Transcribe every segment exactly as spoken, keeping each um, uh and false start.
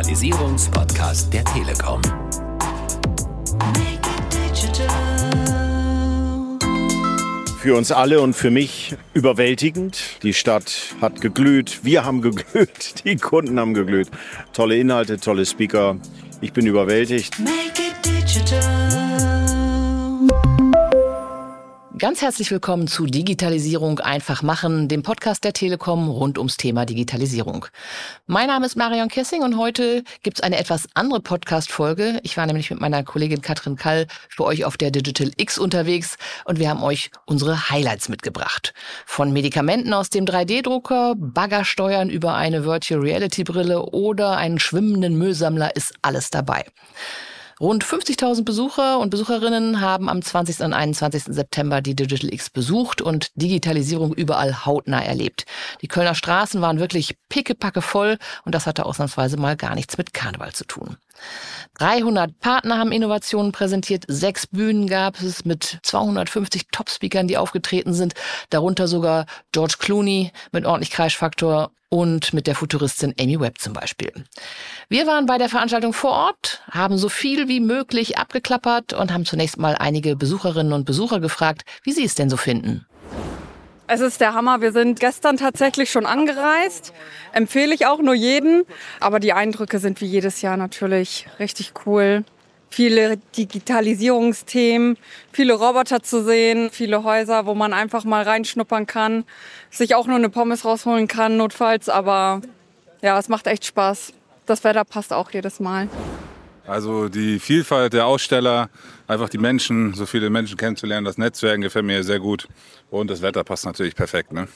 Digitalisierungspodcast der Telekom. Für uns alle und für mich überwältigend. Die Stadt hat geglüht, wir haben geglüht, die Kunden haben geglüht. Tolle Inhalte, tolle Speaker. Ich bin überwältigt. Make it digital. Ganz herzlich willkommen zu Digitalisierung einfach machen, dem Podcast der Telekom rund ums Thema Digitalisierung. Mein Name ist Marion Kessing und heute gibt es eine etwas andere Podcast-Folge. Ich war nämlich mit meiner Kollegin Katrin Kall für euch auf der Digital X unterwegs und wir haben euch unsere Highlights mitgebracht. Von Medikamenten aus dem drei D Drucker, Baggersteuern über eine Virtual Reality Brille oder einen schwimmenden Müllsammler ist alles dabei. Rund fünfzigtausend Besucher und Besucherinnen haben am zwanzigsten und einundzwanzigsten September die Digital X besucht und Digitalisierung überall hautnah erlebt. Die Kölner Straßen waren wirklich pickepacke voll und das hatte ausnahmsweise mal gar nichts mit Karneval zu tun. dreihundert Partner haben Innovationen präsentiert, sechs Bühnen gab es mit zweihundertfünfzig Top-Speakern, die aufgetreten sind, darunter sogar George Clooney mit ordentlich Kreischfaktor und mit der Futuristin Amy Webb zum Beispiel. Wir waren bei der Veranstaltung vor Ort, haben so viel wie möglich abgeklappert und haben zunächst mal einige Besucherinnen und Besucher gefragt, wie sie es denn so finden. Es ist der Hammer. Wir sind gestern tatsächlich schon angereist. Empfehle ich auch nur jeden. Aber die Eindrücke sind wie jedes Jahr natürlich richtig cool. Viele Digitalisierungsthemen, viele Roboter zu sehen, viele Häuser, wo man einfach mal reinschnuppern kann, sich auch nur eine Pommes rausholen kann, notfalls. Aber ja, es macht echt Spaß. Das Wetter passt auch jedes Mal. Also die Vielfalt der Aussteller, einfach die Menschen, so viele Menschen kennenzulernen, das Netzwerken gefällt mir sehr gut. Und das Wetter passt natürlich perfekt, ne?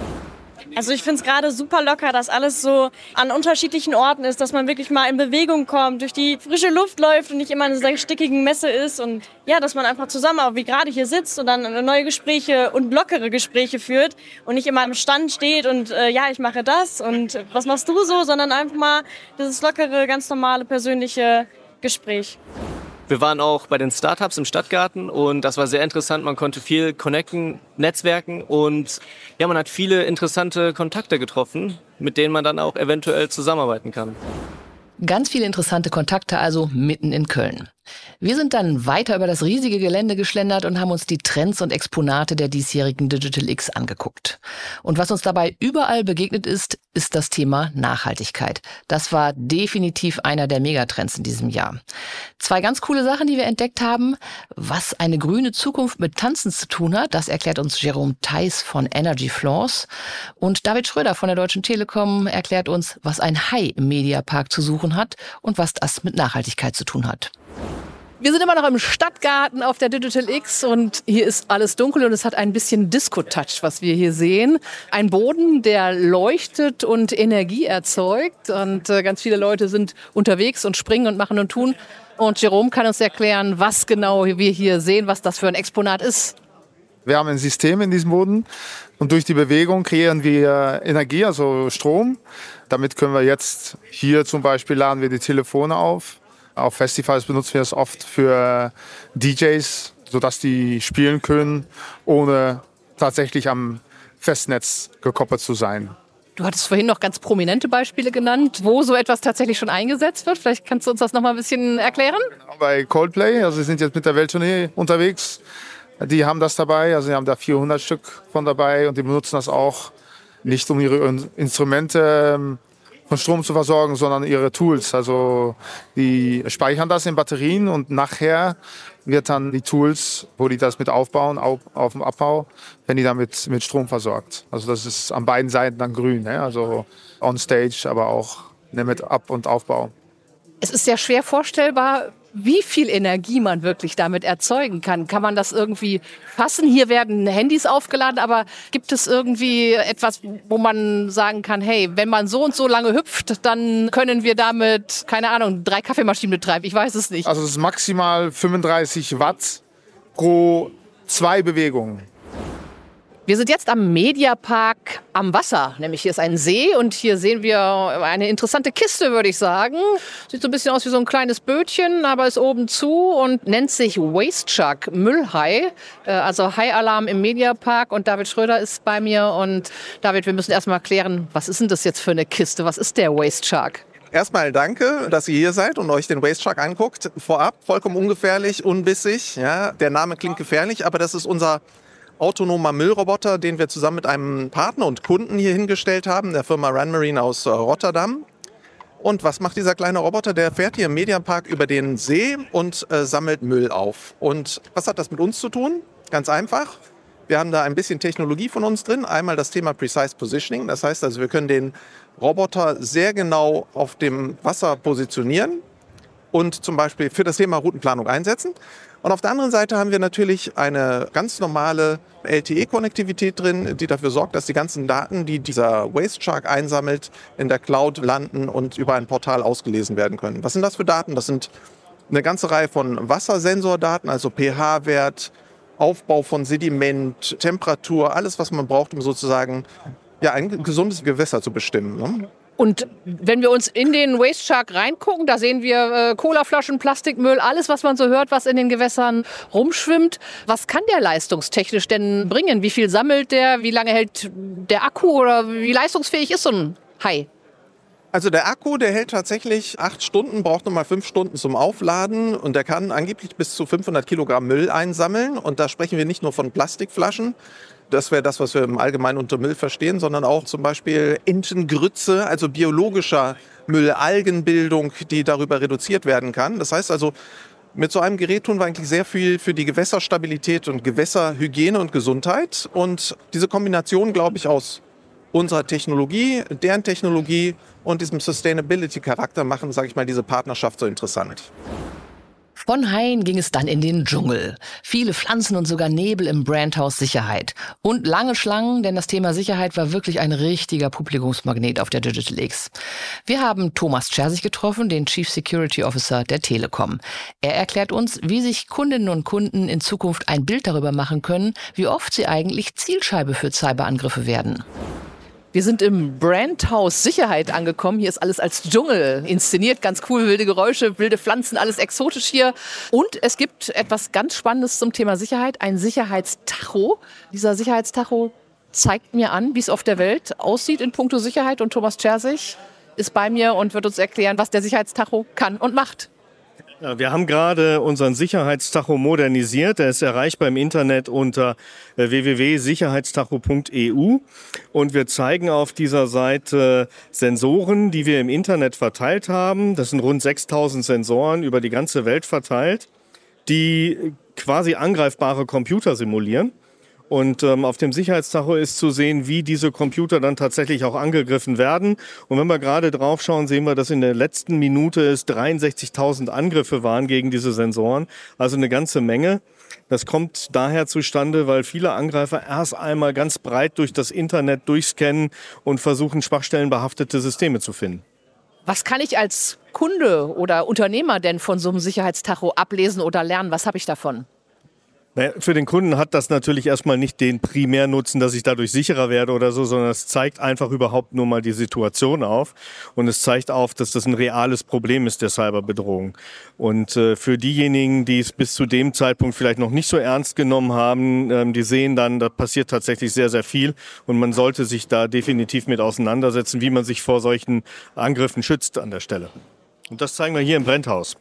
Also ich finde es gerade super locker, dass alles so an unterschiedlichen Orten ist, dass man wirklich mal in Bewegung kommt, durch die frische Luft läuft und nicht immer in einer sehr stickigen Messe ist. Und ja, dass man einfach zusammen, auch wie gerade hier sitzt und dann neue Gespräche und lockere Gespräche führt und nicht immer am Stand steht und äh, ja, ich mache das und äh, was machst du so, sondern einfach mal dieses lockere, ganz normale, persönliche Gespräch. Wir waren auch bei den Startups im Stadtgarten und das war sehr interessant. Man konnte viel connecten, netzwerken und ja, man hat viele interessante Kontakte getroffen, mit denen man dann auch eventuell zusammenarbeiten kann. Ganz viele interessante Kontakte also mitten in Köln. Wir sind dann weiter über das riesige Gelände geschlendert und haben uns die Trends und Exponate der diesjährigen Digital X angeguckt. Und was uns dabei überall begegnet ist, ist das Thema Nachhaltigkeit. Das war definitiv einer der Megatrends in diesem Jahr. Zwei ganz coole Sachen, die wir entdeckt haben. Was eine grüne Zukunft mit Tanzen zu tun hat, das erklärt uns Jerome Theis von Energy Floors. Und David Schröder von der Deutschen Telekom erklärt uns, was ein Hai im Mediapark zu suchen hat und was das mit Nachhaltigkeit zu tun hat. Wir sind immer noch im Stadtgarten auf der Digital X und hier ist alles dunkel und es hat ein bisschen Disco-Touch, was wir hier sehen. Ein Boden, der leuchtet und Energie erzeugt und äh, ganz viele Leute sind unterwegs und springen und machen und tun. Und Jerome kann uns erklären, was genau wir hier sehen, was das für ein Exponat ist. Wir haben ein System in diesem Boden und durch die Bewegung kreieren wir Energie, also Strom. Damit können wir jetzt hier zum Beispiel laden wir die Telefone auf. Auf Festivals benutzen wir es oft für D Js, sodass die spielen können, ohne tatsächlich am Festnetz gekoppelt zu sein. Du hattest vorhin noch ganz prominente Beispiele genannt, wo so etwas tatsächlich schon eingesetzt wird. Vielleicht kannst du uns das noch mal ein bisschen erklären? Genau, bei Coldplay, also sie sind jetzt mit der Welttournee unterwegs. Die haben das dabei, also sie haben da vierhundert Stück von dabei und die benutzen das auch nicht, um ihre Instrumente von Strom zu versorgen, sondern ihre Tools. Also die speichern das in Batterien und nachher wird dann die Tools, wo die das mit aufbauen, auf, auf dem Abbau, wenn die damit mit Strom versorgt. Also das ist an beiden Seiten dann grün, ne? Also on stage, aber auch mit Ab- und Aufbau. Es ist sehr schwer vorstellbar, wie viel Energie man wirklich damit erzeugen kann. Kann man das irgendwie fassen? Hier werden Handys aufgeladen, aber gibt es irgendwie etwas, wo man sagen kann, hey, wenn man so und so lange hüpft, dann können wir damit, keine Ahnung, drei Kaffeemaschinen betreiben. Ich weiß es nicht. Also es ist maximal fünfunddreißig Watt pro zwei Bewegungen. Wir sind jetzt am Mediapark am Wasser, nämlich hier ist ein See und hier sehen wir eine interessante Kiste, würde ich sagen. Sieht so ein bisschen aus wie so ein kleines Bötchen, aber ist oben zu und nennt sich Waste Shark, Müllhai, also Hai-Alarm im Mediapark. Und David Schröder ist bei mir und David, wir müssen erst mal klären, was ist denn das jetzt für eine Kiste? Was ist der Waste Shark? Erstmal danke, dass ihr hier seid und euch den Waste Truck anguckt. Vorab, vollkommen ungefährlich, unbissig. Ja, der Name klingt gefährlich, aber das ist unser autonomer Müllroboter, den wir zusammen mit einem Partner und Kunden hier hingestellt haben, der Firma Ranmarine aus Rotterdam. Und was macht dieser kleine Roboter? Der fährt hier im Mediapark über den See und äh, sammelt Müll auf. Und was hat das mit uns zu tun? Ganz einfach. Wir haben da ein bisschen Technologie von uns drin. Einmal das Thema Precise Positioning. Das heißt also, wir können den Roboter sehr genau auf dem Wasser positionieren und zum Beispiel für das Thema Routenplanung einsetzen. Und auf der anderen Seite haben wir natürlich eine ganz normale L T E-Konnektivität drin, die dafür sorgt, dass die ganzen Daten, die dieser Waste Truck einsammelt, in der Cloud landen und über ein Portal ausgelesen werden können. Was sind das für Daten? Das sind eine ganze Reihe von Wassersensordaten, also pH-Wert, Aufbau von Sediment, Temperatur, alles, was man braucht, um sozusagen ja, ein gesundes Gewässer zu bestimmen. Ne? Und wenn wir uns in den Waste Truck reingucken, da sehen wir äh, Colaflaschen, Plastikmüll, alles, was man so hört, was in den Gewässern rumschwimmt. Was kann der leistungstechnisch denn bringen? Wie viel sammelt der? Wie lange hält der Akku? Oder wie leistungsfähig ist so ein Hai? Also der Akku, der hält tatsächlich acht Stunden, braucht nochmal fünf Stunden zum Aufladen. Und der kann angeblich bis zu fünfhundert Kilogramm Müll einsammeln. Und da sprechen wir nicht nur von Plastikflaschen. Das wäre das, was wir im Allgemeinen unter Müll verstehen, sondern auch zum Beispiel Entengrütze, also biologischer Müll, Algenbildung, die darüber reduziert werden kann. Das heißt also, mit so einem Gerät tun wir eigentlich sehr viel für die Gewässerstabilität und Gewässerhygiene und Gesundheit. Und diese Kombination, glaube ich, aus unserer Technologie, deren Technologie und diesem Sustainability-Charakter machen, sage ich mal, diese Partnerschaft so interessant. Von Haien ging es dann in den Dschungel. Viele Pflanzen und sogar Nebel im Brandhaus Sicherheit. Und lange Schlangen, denn das Thema Sicherheit war wirklich ein richtiger Publikumsmagnet auf der Digital X. Wir haben Thomas Czersich getroffen, den Chief Security Officer der Telekom. Er erklärt uns, wie sich Kundinnen und Kunden in Zukunft ein Bild darüber machen können, wie oft sie eigentlich Zielscheibe für Cyberangriffe werden. Wir sind im Brandhaus Sicherheit angekommen. Hier ist alles als Dschungel inszeniert. Ganz cool, wilde Geräusche, wilde Pflanzen, alles exotisch hier. Und es gibt etwas ganz Spannendes zum Thema Sicherheit, ein Sicherheitstacho. Dieser Sicherheitstacho zeigt mir an, wie es auf der Welt aussieht in puncto Sicherheit. Und Thomas Czersich ist bei mir und wird uns erklären, was der Sicherheitstacho kann und macht. Ja, wir haben gerade unseren Sicherheitstacho modernisiert. Der ist erreichbar im Internet unter w w w punkt sicherheitstacho punkt e u. Und wir zeigen auf dieser Seite Sensoren, die wir im Internet verteilt haben. Das sind rund sechstausend Sensoren über die ganze Welt verteilt, die quasi angreifbare Computer simulieren. Und ähm, auf dem Sicherheitstacho ist zu sehen, wie diese Computer dann tatsächlich auch angegriffen werden. Und wenn wir gerade drauf schauen, sehen wir, dass in der letzten Minute es dreiundsechzigtausend Angriffe waren gegen diese Sensoren. Also eine ganze Menge. Das kommt daher zustande, weil viele Angreifer erst einmal ganz breit durch das Internet durchscannen und versuchen, schwachstellenbehaftete Systeme zu finden. Was kann ich als Kunde oder Unternehmer denn von so einem Sicherheitstacho ablesen oder lernen? Was habe ich davon? Für den Kunden hat das natürlich erstmal nicht den Primärnutzen, dass ich dadurch sicherer werde oder so, sondern es zeigt einfach überhaupt nur mal die Situation auf. Und es zeigt auf, dass das ein reales Problem ist, der Cyberbedrohung. Und äh, für diejenigen, die es bis zu dem Zeitpunkt vielleicht noch nicht so ernst genommen haben, ähm, die sehen dann, da passiert tatsächlich sehr, sehr viel. Und man sollte sich da definitiv mit auseinandersetzen, wie man sich vor solchen Angriffen schützt an der Stelle. Und das zeigen wir hier im Brandhaus.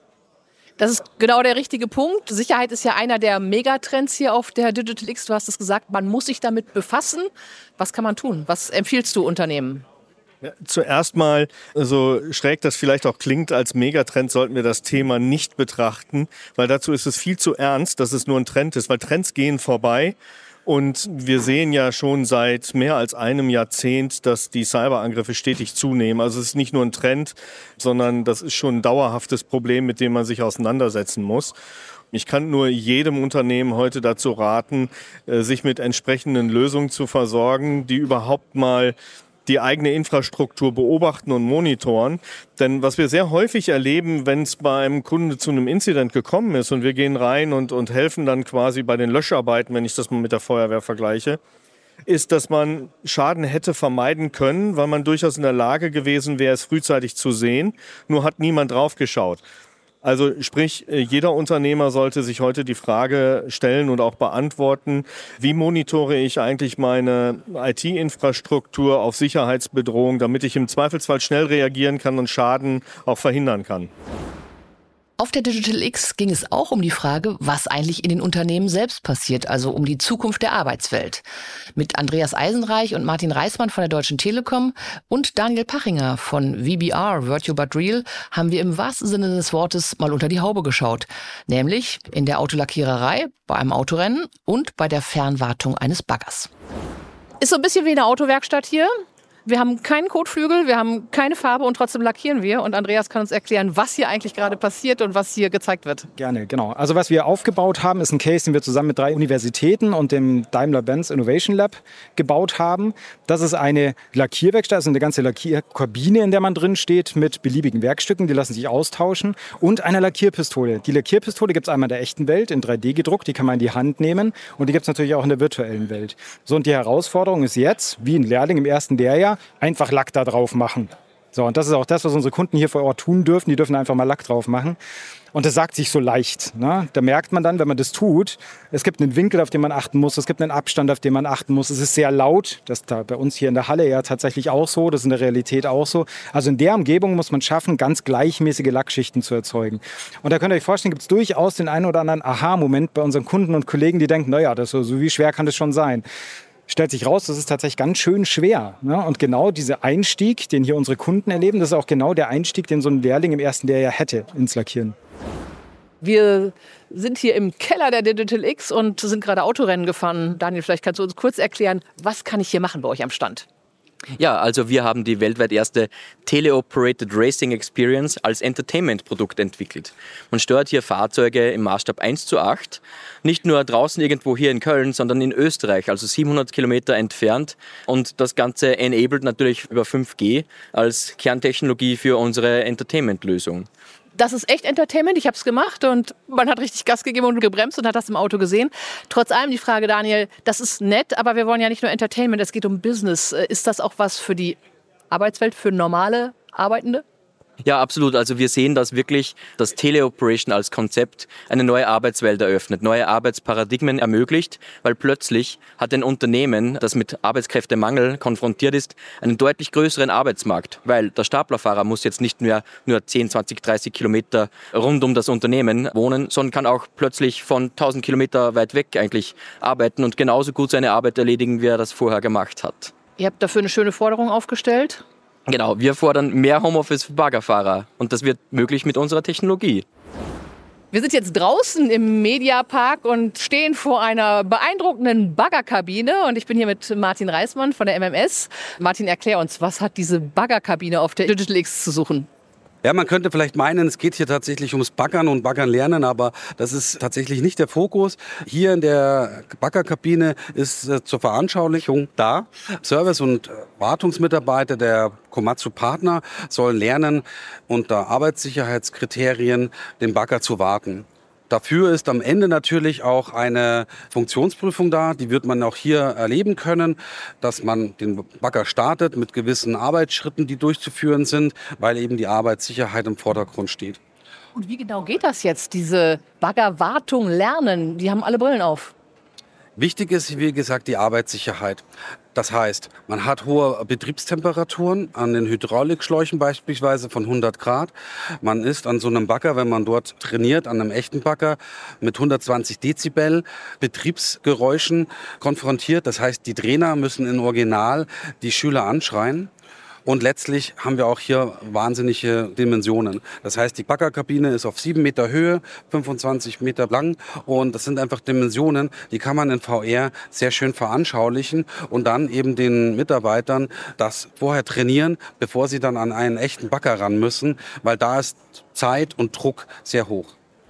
Das ist genau der richtige Punkt. Sicherheit ist ja einer der Megatrends hier auf der Digital X. Du hast es gesagt, man muss sich damit befassen. Was kann man tun? Was empfiehlst du Unternehmen? Ja, zuerst mal, so schräg das vielleicht auch klingt, als Megatrend sollten wir das Thema nicht betrachten, weil dazu ist es viel zu ernst, dass es nur ein Trend ist, weil Trends gehen vorbei. Und wir sehen ja schon seit mehr als einem Jahrzehnt, dass die Cyberangriffe stetig zunehmen. Also es ist nicht nur ein Trend, sondern das ist schon ein dauerhaftes Problem, mit dem man sich auseinandersetzen muss. Ich kann nur jedem Unternehmen heute dazu raten, sich mit entsprechenden Lösungen zu versorgen, die überhaupt mal die eigene Infrastruktur beobachten und monitoren. Denn was wir sehr häufig erleben, wenn es beim Kunde zu einem Incident gekommen ist und wir gehen rein und, und helfen dann quasi bei den Löscharbeiten, wenn ich das mal mit der Feuerwehr vergleiche, ist, dass man Schaden hätte vermeiden können, weil man durchaus in der Lage gewesen wäre, es frühzeitig zu sehen. Nur hat niemand drauf geschaut. Also sprich, jeder Unternehmer sollte sich heute die Frage stellen und auch beantworten, wie monitore ich eigentlich meine I T-Infrastruktur auf Sicherheitsbedrohungen, damit ich im Zweifelsfall schnell reagieren kann und Schaden auch verhindern kann. Auf der Digital X ging es auch um die Frage, was eigentlich in den Unternehmen selbst passiert, also um die Zukunft der Arbeitswelt. Mit Andreas Eisenreich und Martin Reismann von der Deutschen Telekom und Daniel Pachinger von V B R, Virtual But Real, haben wir im wahrsten Sinne des Wortes mal unter die Haube geschaut. Nämlich in der Autolackiererei, bei einem Autorennen und bei der Fernwartung eines Baggers. Ist so ein bisschen wie eine Autowerkstatt hier. Wir haben keinen Kotflügel, wir haben keine Farbe und trotzdem lackieren wir. Und Andreas kann uns erklären, was hier eigentlich gerade passiert und was hier gezeigt wird. Gerne, genau. Also was wir aufgebaut haben, ist ein Case, den wir zusammen mit drei Universitäten und dem Daimler-Benz Innovation Lab gebaut haben. Das ist eine Lackierwerkstatt, also eine ganze Lackierkabine, in der man drin steht, mit beliebigen Werkstücken, die lassen sich austauschen. Und einer Lackierpistole. Die Lackierpistole gibt es einmal in der echten Welt, in drei D gedruckt, die kann man in die Hand nehmen. Und die gibt es natürlich auch in der virtuellen Welt. So, und die Herausforderung ist jetzt, wie ein Lehrling im ersten Lehrjahr, einfach Lack da drauf machen. So, und das ist auch das, was unsere Kunden hier vor Ort tun dürfen. Die dürfen einfach mal Lack drauf machen. Und das sagt sich so leicht. Ne? Da merkt man dann, wenn man das tut, es gibt einen Winkel, auf den man achten muss, es gibt einen Abstand, auf den man achten muss. Es ist sehr laut, das ist da bei uns hier in der Halle ja tatsächlich auch so, das ist in der Realität auch so. Also in der Umgebung muss man schaffen, ganz gleichmäßige Lackschichten zu erzeugen. Und da könnt ihr euch vorstellen, gibt es durchaus den einen oder anderen Aha-Moment bei unseren Kunden und Kollegen, die denken, naja, das so, so wie schwer kann das schon sein? Stellt sich raus, das ist tatsächlich ganz schön schwer. Ne? Und genau dieser Einstieg, den hier unsere Kunden erleben, das ist auch genau der Einstieg, den so ein Lehrling im ersten Lehrjahr hätte ins Lackieren. Wir sind hier im Keller der Digital X und sind gerade Autorennen gefahren. Daniel, vielleicht kannst du uns kurz erklären, was kann ich hier machen bei euch am Stand? Ja, also wir haben die weltweit erste Teleoperated Racing Experience als Entertainment-Produkt entwickelt. Man steuert hier Fahrzeuge im Maßstab eins zu acht, nicht nur draußen irgendwo hier in Köln, sondern in Österreich, also siebenhundert Kilometer entfernt. Und das Ganze enabled natürlich über fünf G als Kerntechnologie für unsere Entertainment-Lösung. Das ist echt Entertainment. Ich habe es gemacht und man hat richtig Gas gegeben und gebremst und hat das im Auto gesehen. Trotz allem die Frage, Daniel, das ist nett, aber wir wollen ja nicht nur Entertainment, es geht um Business. Ist das auch was für die Arbeitswelt, für normale Arbeitende? Ja, absolut. Also wir sehen, dass wirklich das Teleoperation als Konzept eine neue Arbeitswelt eröffnet, neue Arbeitsparadigmen ermöglicht, weil plötzlich hat ein Unternehmen, das mit Arbeitskräftemangel konfrontiert ist, einen deutlich größeren Arbeitsmarkt, weil der Staplerfahrer muss jetzt nicht mehr nur zehn, zwanzig, dreißig Kilometer rund um das Unternehmen wohnen, sondern kann auch plötzlich von tausend Kilometer weit weg eigentlich arbeiten und genauso gut seine Arbeit erledigen, wie er das vorher gemacht hat. Ihr habt dafür eine schöne Forderung aufgestellt. Genau, wir fordern mehr Homeoffice für Baggerfahrer und das wird möglich mit unserer Technologie. Wir sind jetzt draußen im Mediapark und stehen vor einer beeindruckenden Baggerkabine und ich bin hier mit Martin Reismann von der M M S. Martin, erklär uns, was hat diese Baggerkabine auf der Digital X zu suchen? Ja, man könnte vielleicht meinen, es geht hier tatsächlich ums Baggern und Baggern lernen, aber das ist tatsächlich nicht der Fokus. Hier in der Baggerkabine ist äh, zur Veranschaulichung da. Service- und Wartungsmitarbeiter der Komatsu-Partner sollen lernen, unter Arbeitssicherheitskriterien den Bagger zu warten. Dafür ist am Ende natürlich auch eine Funktionsprüfung da. Die wird man auch hier erleben können, dass man den Bagger startet mit gewissen Arbeitsschritten, die durchzuführen sind, weil eben die Arbeitssicherheit im Vordergrund steht. Und wie genau geht das jetzt, diese Baggerwartung lernen? Die haben alle Brillen auf. Wichtig ist, wie gesagt, die Arbeitssicherheit. Das heißt, man hat hohe Betriebstemperaturen an den Hydraulikschläuchen beispielsweise von hundert Grad. Man ist an so einem Bagger, wenn man dort trainiert, an einem echten Bagger mit hundertzwanzig Dezibel Betriebsgeräuschen konfrontiert. Das heißt, die Trainer müssen in Original die Schüler anschreien. Und letztlich haben wir auch hier wahnsinnige Dimensionen. Das heißt, die Baggerkabine ist auf sieben Meter Höhe, fünfundzwanzig Meter lang. Und das sind einfach Dimensionen, die kann man in V R sehr schön veranschaulichen und dann eben den Mitarbeitern das vorher trainieren, bevor sie dann an einen echten Bagger ran müssen, weil da ist Zeit und Druck sehr hoch.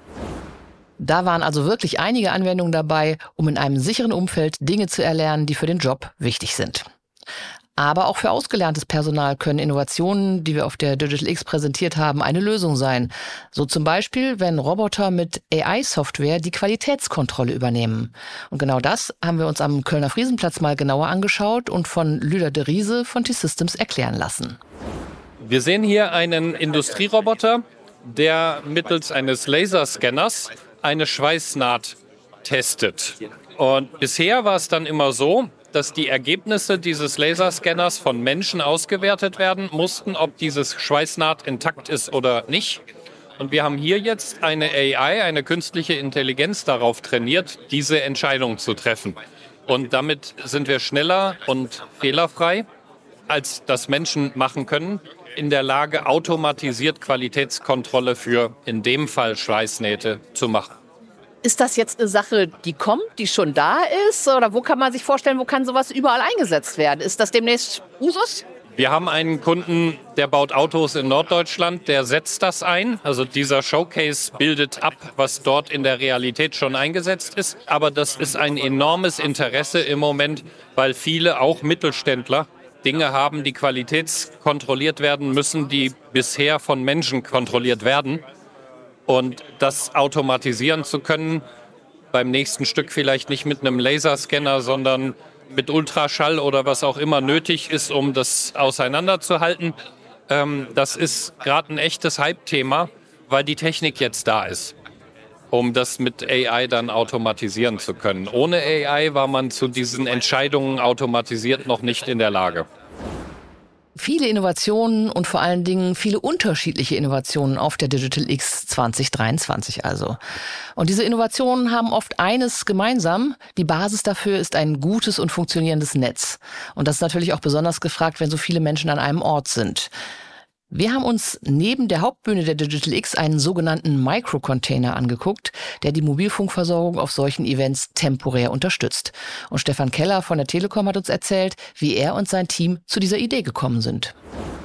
Da waren also wirklich einige Anwendungen dabei, um in einem sicheren Umfeld Dinge zu erlernen, die für den Job wichtig sind. Aber auch für ausgelerntes Personal können Innovationen, die wir auf der Digital X präsentiert haben, eine Lösung sein. So zum Beispiel, wenn Roboter mit A I-Software die Qualitätskontrolle übernehmen. Und genau das haben wir uns am Kölner Friesenplatz mal genauer angeschaut und von Lüder de Riese von T-Systems erklären lassen. Wir sehen hier einen Industrieroboter, der mittels eines Laserscanners eine Schweißnaht testet. Und bisher war es dann immer so, dass die Ergebnisse dieses Laserscanners von Menschen ausgewertet werden mussten, ob dieses Schweißnaht intakt ist oder nicht. Und wir haben hier jetzt eine A I, eine künstliche Intelligenz, darauf trainiert, diese Entscheidung zu treffen. Und damit sind wir schneller und fehlerfrei, als das Menschen machen können, in der Lage, automatisiert Qualitätskontrolle für in dem Fall Schweißnähte zu machen. Ist das jetzt eine Sache, die kommt, die schon da ist? Oder wo kann man sich vorstellen, wo kann sowas überall eingesetzt werden? Ist das demnächst Usus? Wir haben einen Kunden, der baut Autos in Norddeutschland, der setzt das ein. Also dieser Showcase bildet ab, was dort in der Realität schon eingesetzt ist. Aber das ist ein enormes Interesse im Moment, weil viele, auch Mittelständler, Dinge haben, die qualitätskontrolliert werden müssen, die bisher von Menschen kontrolliert werden. Und das automatisieren zu können, beim nächsten Stück vielleicht nicht mit einem Laserscanner, sondern mit Ultraschall oder was auch immer nötig ist, um das auseinanderzuhalten. Ähm, das ist gerade ein echtes Hype-Thema, weil die Technik jetzt da ist, um das mit A I dann automatisieren zu können. Ohne A I war man zu diesen Entscheidungen automatisiert noch nicht in der Lage. Viele Innovationen und vor allen Dingen viele unterschiedliche Innovationen auf der Digital X zwanzig dreiundzwanzig also. Und diese Innovationen haben oft eines gemeinsam. Die Basis dafür ist ein gutes und funktionierendes Netz. Und das ist natürlich auch besonders gefragt, wenn so viele Menschen an einem Ort sind. Wir haben uns neben der Hauptbühne der Digital X einen sogenannten Microcontainer angeguckt, der die Mobilfunkversorgung auf solchen Events temporär unterstützt. Und Stefan Keller von der Telekom hat uns erzählt, wie er und sein Team zu dieser Idee gekommen sind.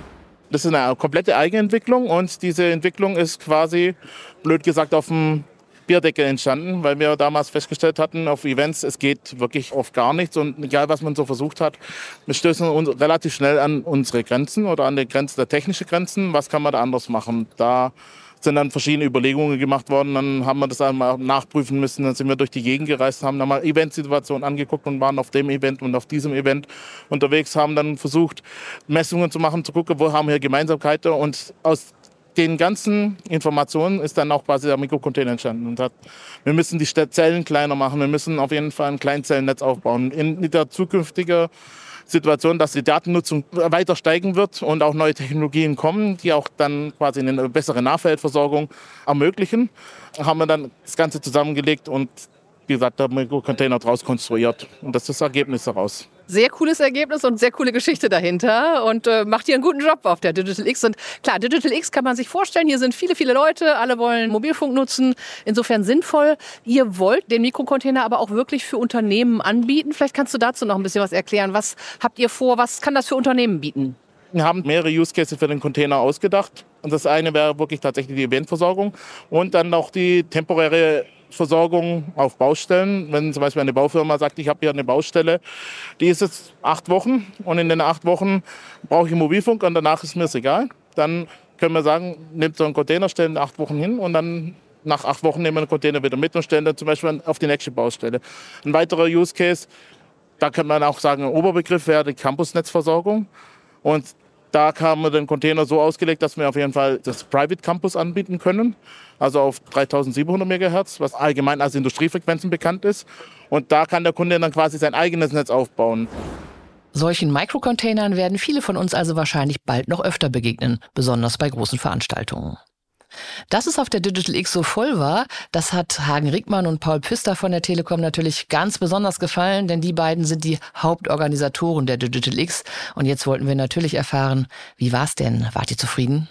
Das ist eine komplette Eigenentwicklung und diese Entwicklung ist quasi, blöd gesagt, auf dem Bierdeckel entstanden, weil wir damals festgestellt hatten, auf Events, es geht wirklich oft gar nichts und egal, was man so versucht hat, wir stößen uns relativ schnell an unsere Grenzen oder an die Grenzen der technischen Grenzen. Was kann man da anders machen? Da sind dann verschiedene Überlegungen gemacht worden, dann haben wir das einmal nachprüfen müssen, dann sind wir durch die Gegend gereist, haben dann mal Eventsituationen angeguckt und waren auf dem Event und auf diesem Event unterwegs, haben dann versucht, Messungen zu machen, zu gucken, wo haben wir hier Gemeinsamkeiten und aus den ganzen Informationen ist dann auch quasi der Mikrocontainer entstanden. Und hat, wir müssen die Zellen kleiner machen, wir müssen auf jeden Fall ein Kleinzellennetz aufbauen. In der zukünftigen Situation, dass die Datennutzung weiter steigen wird und auch neue Technologien kommen, die auch dann quasi eine bessere Nahfeldversorgung ermöglichen, haben wir dann das Ganze zusammengelegt und wie gesagt, der Mikrocontainer daraus konstruiert. Und das ist das Ergebnis daraus. Sehr cooles Ergebnis und sehr coole Geschichte dahinter und äh, macht hier einen guten Job auf der Digital X. Und klar, Digital X kann man sich vorstellen, hier sind viele, viele Leute, alle wollen Mobilfunk nutzen, insofern sinnvoll. Ihr wollt den Mikrocontainer aber auch wirklich für Unternehmen anbieten. Vielleicht kannst du dazu noch ein bisschen was erklären. Was habt ihr vor, was kann das für Unternehmen bieten? Wir haben mehrere Use Cases für den Container ausgedacht. Und das eine wäre wirklich tatsächlich die Eventversorgung und dann auch die temporäre Versorgung auf Baustellen. Wenn zum Beispiel eine Baufirma sagt, ich habe hier eine Baustelle, die ist jetzt acht Wochen und in den acht Wochen brauche ich Mobilfunk und danach ist mir es egal. Dann können wir sagen, nehmt so einen Container, stellen acht Wochen hin und dann nach acht Wochen nehmen wir den Container wieder mit und stellen dann zum Beispiel auf die nächste Baustelle. Ein weiterer Use Case, da kann man auch sagen, ein Oberbegriff wäre die Campusnetzversorgung. Und da haben wir den Container so ausgelegt, dass wir auf jeden Fall das Private Campus anbieten können, also auf dreitausendsiebenhundert Megahertz, was allgemein als Industriefrequenzen bekannt ist. Und da kann der Kunde dann quasi sein eigenes Netz aufbauen. Solchen Microcontainern werden viele von uns also wahrscheinlich bald noch öfter begegnen, besonders bei großen Veranstaltungen. Dass es auf der Digital X so voll war, das hat Hagen Rickmann und Paul Pfister von der Telekom natürlich ganz besonders gefallen, denn die beiden sind die Hauptorganisatoren der Digital X. Und jetzt wollten wir natürlich erfahren, wie war's denn? Wart ihr zufrieden?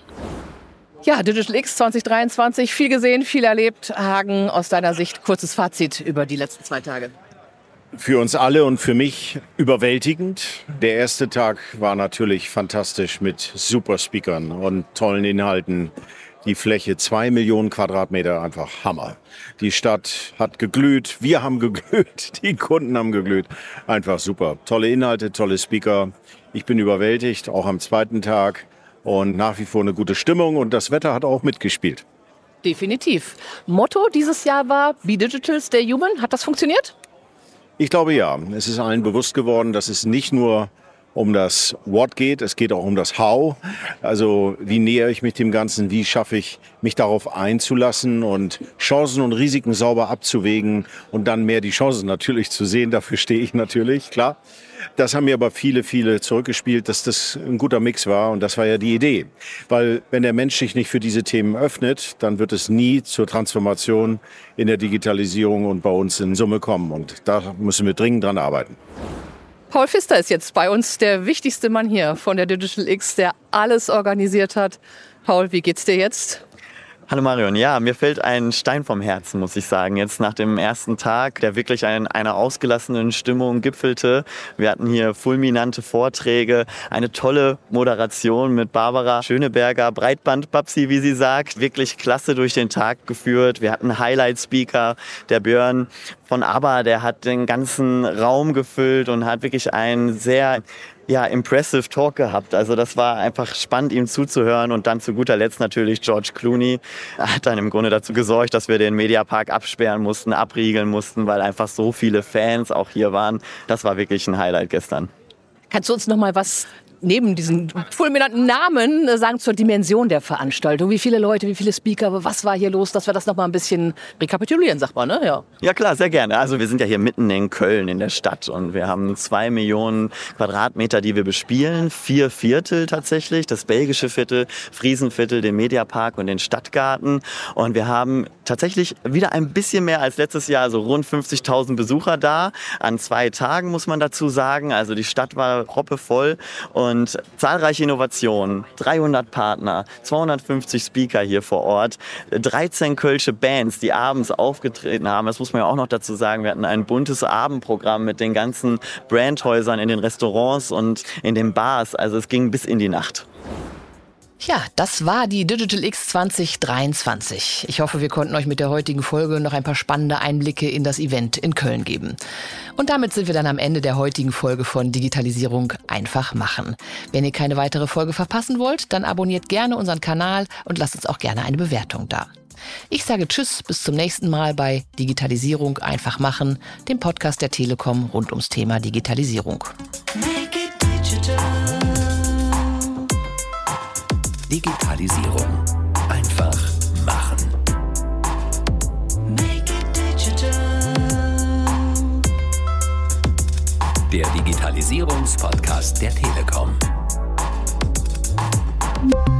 Ja, Digital X zwanzig dreiundzwanzig, viel gesehen, viel erlebt. Hagen, aus deiner Sicht kurzes Fazit über die letzten zwei Tage. Für uns alle und für mich überwältigend. Der erste Tag war natürlich fantastisch mit Superspeakern und tollen Inhalten. Die Fläche, zwei Millionen Quadratmeter, einfach Hammer. Die Stadt hat geglüht, wir haben geglüht, die Kunden haben geglüht. Einfach super. Tolle Inhalte, tolle Speaker. Ich bin überwältigt, auch am zweiten Tag. Und nach wie vor eine gute Stimmung und das Wetter hat auch mitgespielt. Definitiv. Motto dieses Jahr war Be Digital, Stay Human. Hat das funktioniert? Ich glaube ja. Es ist allen bewusst geworden, dass es nicht nur um das What geht, es geht auch um das How. Also wie nähere ich mich dem Ganzen, wie schaffe ich, mich darauf einzulassen und Chancen und Risiken sauber abzuwägen und dann mehr die Chancen natürlich zu sehen. Dafür stehe ich natürlich, klar. Das haben mir aber viele, viele zurückgespielt, dass das ein guter Mix war und das war ja die Idee. Weil wenn der Mensch sich nicht für diese Themen öffnet, dann wird es nie zur Transformation in der Digitalisierung und bei uns in Summe kommen und da müssen wir dringend dran arbeiten. Paul Pfister ist jetzt bei uns der wichtigste Mann hier von der Digital X, der alles organisiert hat. Paul, wie geht's dir jetzt? Hallo Marion, ja, mir fällt ein Stein vom Herzen, muss ich sagen. Jetzt nach dem ersten Tag, der wirklich in einer ausgelassenen Stimmung gipfelte. Wir hatten hier fulminante Vorträge, eine tolle Moderation mit Barbara Schöneberger, Breitband-Babsi, wie sie sagt. Wirklich klasse durch den Tag geführt. Wir hatten Highlight-Speaker, der Björn von ABBA, der hat den ganzen Raum gefüllt und hat wirklich einen sehr ja, impressive Talk gehabt. Also das war einfach spannend, ihm zuzuhören. Und dann zu guter Letzt natürlich George Clooney hat dann im Grunde dazu gesorgt, dass wir den Mediapark absperren mussten, abriegeln mussten, weil einfach so viele Fans auch hier waren. Das war wirklich ein Highlight gestern. Kannst du uns noch mal was neben diesen fulminanten Namen sagen zur Dimension der Veranstaltung? Wie viele Leute, wie viele Speaker, was war hier los, dass wir das noch mal ein bisschen rekapitulieren, sagt man, ne? Ja. Ja klar, sehr gerne. Also wir sind ja hier mitten in Köln in der Stadt und wir haben zwei Millionen Quadratmeter, die wir bespielen. Vier Viertel tatsächlich, das belgische Viertel, Friesenviertel, den Mediapark und den Stadtgarten. Und wir haben tatsächlich wieder ein bisschen mehr als letztes Jahr, also rund fünfzigtausend Besucher da. An zwei Tagen muss man dazu sagen. Also die Stadt war proppevoll. Und Und zahlreiche Innovationen, dreihundert Partner, zweihundertfünfzig Speaker hier vor Ort, dreizehn kölsche Bands, die abends aufgetreten haben. Das muss man ja auch noch dazu sagen. Wir hatten ein buntes Abendprogramm mit den ganzen Brandhäusern in den Restaurants und in den Bars. Also es ging bis in die Nacht. Ja, das war die Digital X zwanzig dreiundzwanzig. Ich hoffe, wir konnten euch mit der heutigen Folge noch ein paar spannende Einblicke in das Event in Köln geben. Und damit sind wir dann am Ende der heutigen Folge von Digitalisierung einfach machen. Wenn ihr keine weitere Folge verpassen wollt, dann abonniert gerne unseren Kanal und lasst uns auch gerne eine Bewertung da. Ich sage Tschüss, bis zum nächsten Mal bei Digitalisierung einfach machen, dem Podcast der Telekom rund ums Thema Digitalisierung. Digitalisierung. Einfach machen. Make it digital. Der Digitalisierungspodcast der Telekom.